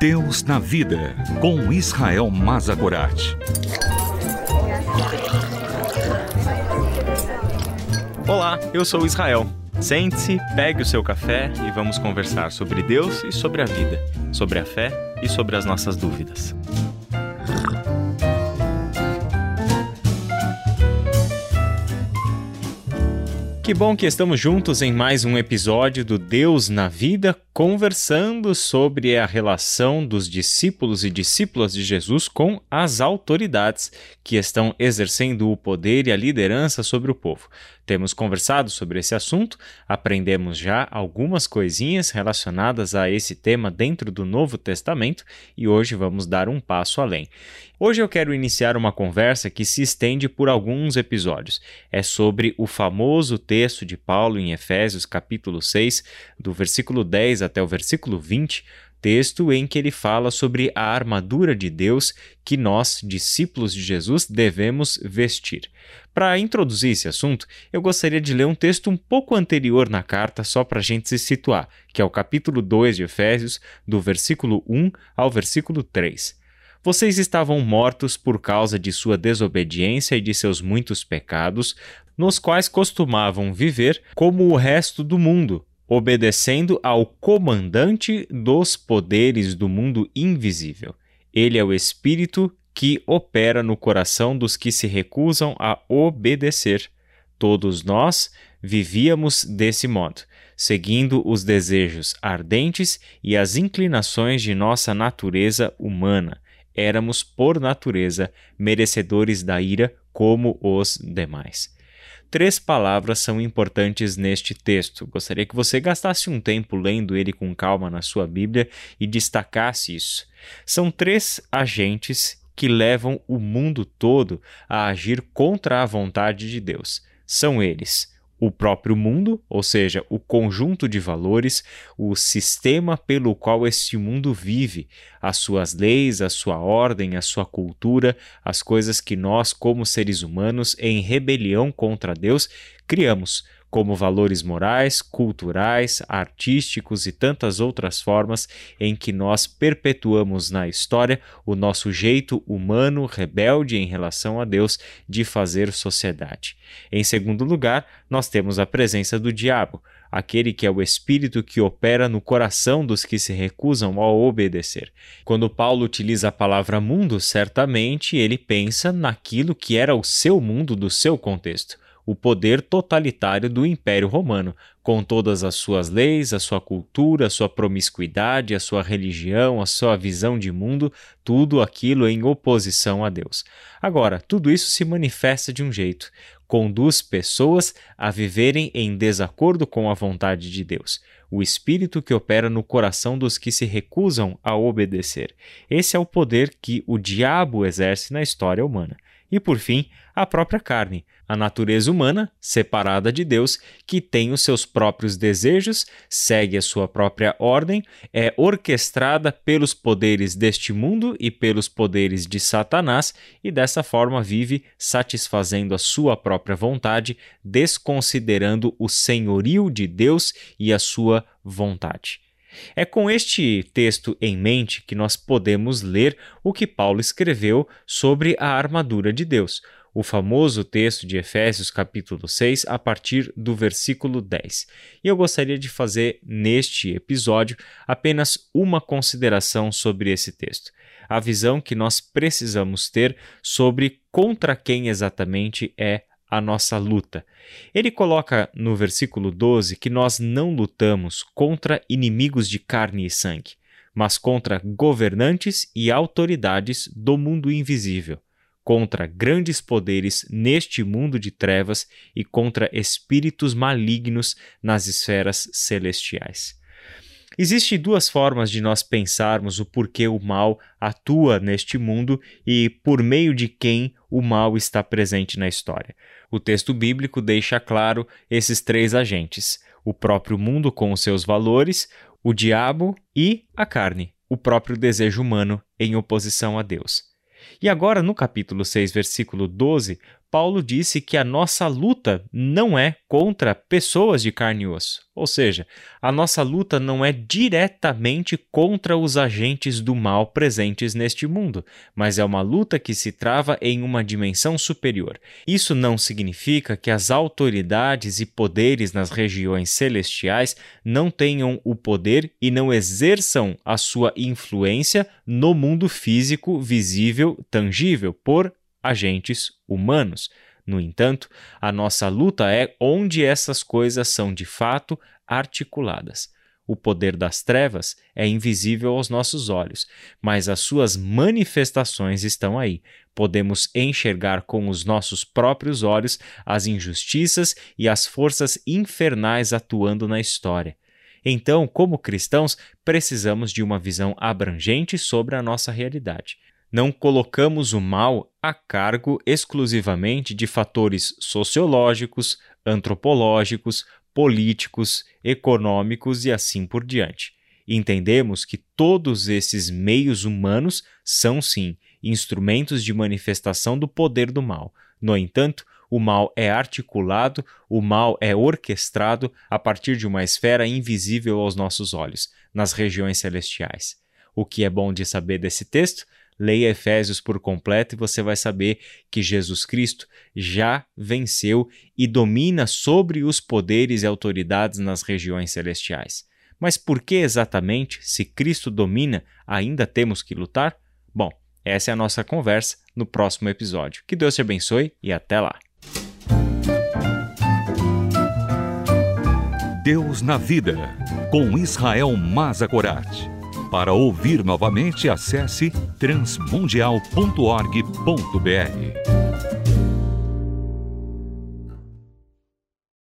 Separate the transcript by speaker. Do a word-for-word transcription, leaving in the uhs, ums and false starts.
Speaker 1: Deus na Vida, com Israel Mazagorat.
Speaker 2: Olá, eu sou o Israel. Sente-se, pegue o seu café e vamos conversar sobre Deus e sobre a vida, sobre a fé e sobre as nossas dúvidas. Que bom que estamos juntos em mais um episódio do Deus na Vida, conversando sobre a relação dos discípulos e discípulas de Jesus com as autoridades que estão exercendo o poder e a liderança sobre o povo. Temos conversado sobre esse assunto, aprendemos já algumas coisinhas relacionadas a esse tema dentro do Novo Testamento e hoje vamos dar um passo além. Hoje eu quero iniciar uma conversa que se estende por alguns episódios. É sobre o famoso texto de Paulo em Efésios, capítulo seis, do versículo dez até o versículo vinte, texto em que ele fala sobre a armadura de Deus que nós, discípulos de Jesus, devemos vestir. Para introduzir esse assunto, eu gostaria de ler um texto um pouco anterior na carta, só para a gente se situar, que é o capítulo dois de Efésios, do versículo um ao versículo três. Vocês estavam mortos por causa de sua desobediência e de seus muitos pecados, nos quais costumavam viver como o resto do mundo, obedecendo ao comandante dos poderes do mundo invisível. Ele é o Espírito que opera no coração dos que se recusam a obedecer. Todos nós vivíamos desse modo, seguindo os desejos ardentes e as inclinações de nossa natureza humana. Éramos, por natureza, merecedores da ira como os demais. Três palavras são importantes neste texto. Gostaria que você gastasse um tempo lendo ele com calma na sua Bíblia e destacasse isso. São três agentes que levam o mundo todo a agir contra a vontade de Deus. São eles: o próprio mundo, ou seja, o conjunto de valores, o sistema pelo qual este mundo vive, as suas leis, a sua ordem, a sua cultura, as coisas que nós, como seres humanos, em rebelião contra Deus, criamos, como valores morais, culturais, artísticos e tantas outras formas em que nós perpetuamos na história o nosso jeito humano, rebelde em relação a Deus, de fazer sociedade. Em segundo lugar, nós temos a presença do diabo, aquele que é o espírito que opera no coração dos que se recusam a obedecer. Quando Paulo utiliza a palavra mundo, certamente ele pensa naquilo que era o seu mundo do seu contexto. O poder totalitário do Império Romano, com todas as suas leis, a sua cultura, a sua promiscuidade, a sua religião, a sua visão de mundo, tudo aquilo em oposição a Deus. Agora, tudo isso se manifesta de um jeito, conduz pessoas a viverem em desacordo com a vontade de Deus. O espírito que opera no coração dos que se recusam a obedecer. Esse é o poder que o diabo exerce na história humana. E, por fim, a própria carne, a natureza humana, separada de Deus, que tem os seus próprios desejos, segue a sua própria ordem, é orquestrada pelos poderes deste mundo e pelos poderes de Satanás e, dessa forma, vive satisfazendo a sua própria vontade, desconsiderando o senhorio de Deus e a sua vontade. É com este texto em mente que nós podemos ler o que Paulo escreveu sobre a armadura de Deus, o famoso texto de Efésios capítulo seis, a partir do versículo dez. E eu gostaria de fazer neste episódio apenas uma consideração sobre esse texto, a visão que nós precisamos ter sobre contra quem exatamente é a nossa luta. Ele coloca no versículo doze que nós não lutamos contra inimigos de carne e sangue, mas contra governantes e autoridades do mundo invisível, contra grandes poderes neste mundo de trevas e contra espíritos malignos nas esferas celestiais. Existem duas formas de nós pensarmos o porquê o mal atua neste mundo e por meio de quem o mal está presente na história. O texto bíblico deixa claro esses três agentes: o próprio mundo com os seus valores, o diabo e a carne, o próprio desejo humano em oposição a Deus. E agora, no capítulo seis, versículo doze, Paulo disse que a nossa luta não é contra pessoas de carne e osso. Ou seja, a nossa luta não é diretamente contra os agentes do mal presentes neste mundo, mas é uma luta que se trava em uma dimensão superior. Isso não significa que as autoridades e poderes nas regiões celestiais não tenham o poder e não exerçam a sua influência no mundo físico, visível, tangível, por agentes humanos. No entanto, a nossa luta é onde essas coisas são de fato articuladas. O poder das trevas é invisível aos nossos olhos, mas as suas manifestações estão aí. Podemos enxergar com os nossos próprios olhos as injustiças e as forças infernais atuando na história. Então, como cristãos, precisamos de uma visão abrangente sobre a nossa realidade. Não colocamos o mal a cargo exclusivamente de fatores sociológicos, antropológicos, políticos, econômicos e assim por diante. Entendemos que todos esses meios humanos são, sim, instrumentos de manifestação do poder do mal. No entanto, o mal é articulado, o mal é orquestrado a partir de uma esfera invisível aos nossos olhos, nas regiões celestiais. O que é bom de saber desse texto? Leia Efésios por completo e você vai saber que Jesus Cristo já venceu e domina sobre os poderes e autoridades nas regiões celestiais. Mas por que exatamente, se Cristo domina, ainda temos que lutar? Bom, essa é a nossa conversa no próximo episódio. Que Deus te abençoe e até lá!
Speaker 1: Deus na Vida, com Israel Mazagorat. Para ouvir novamente, acesse transmundial ponto org ponto br.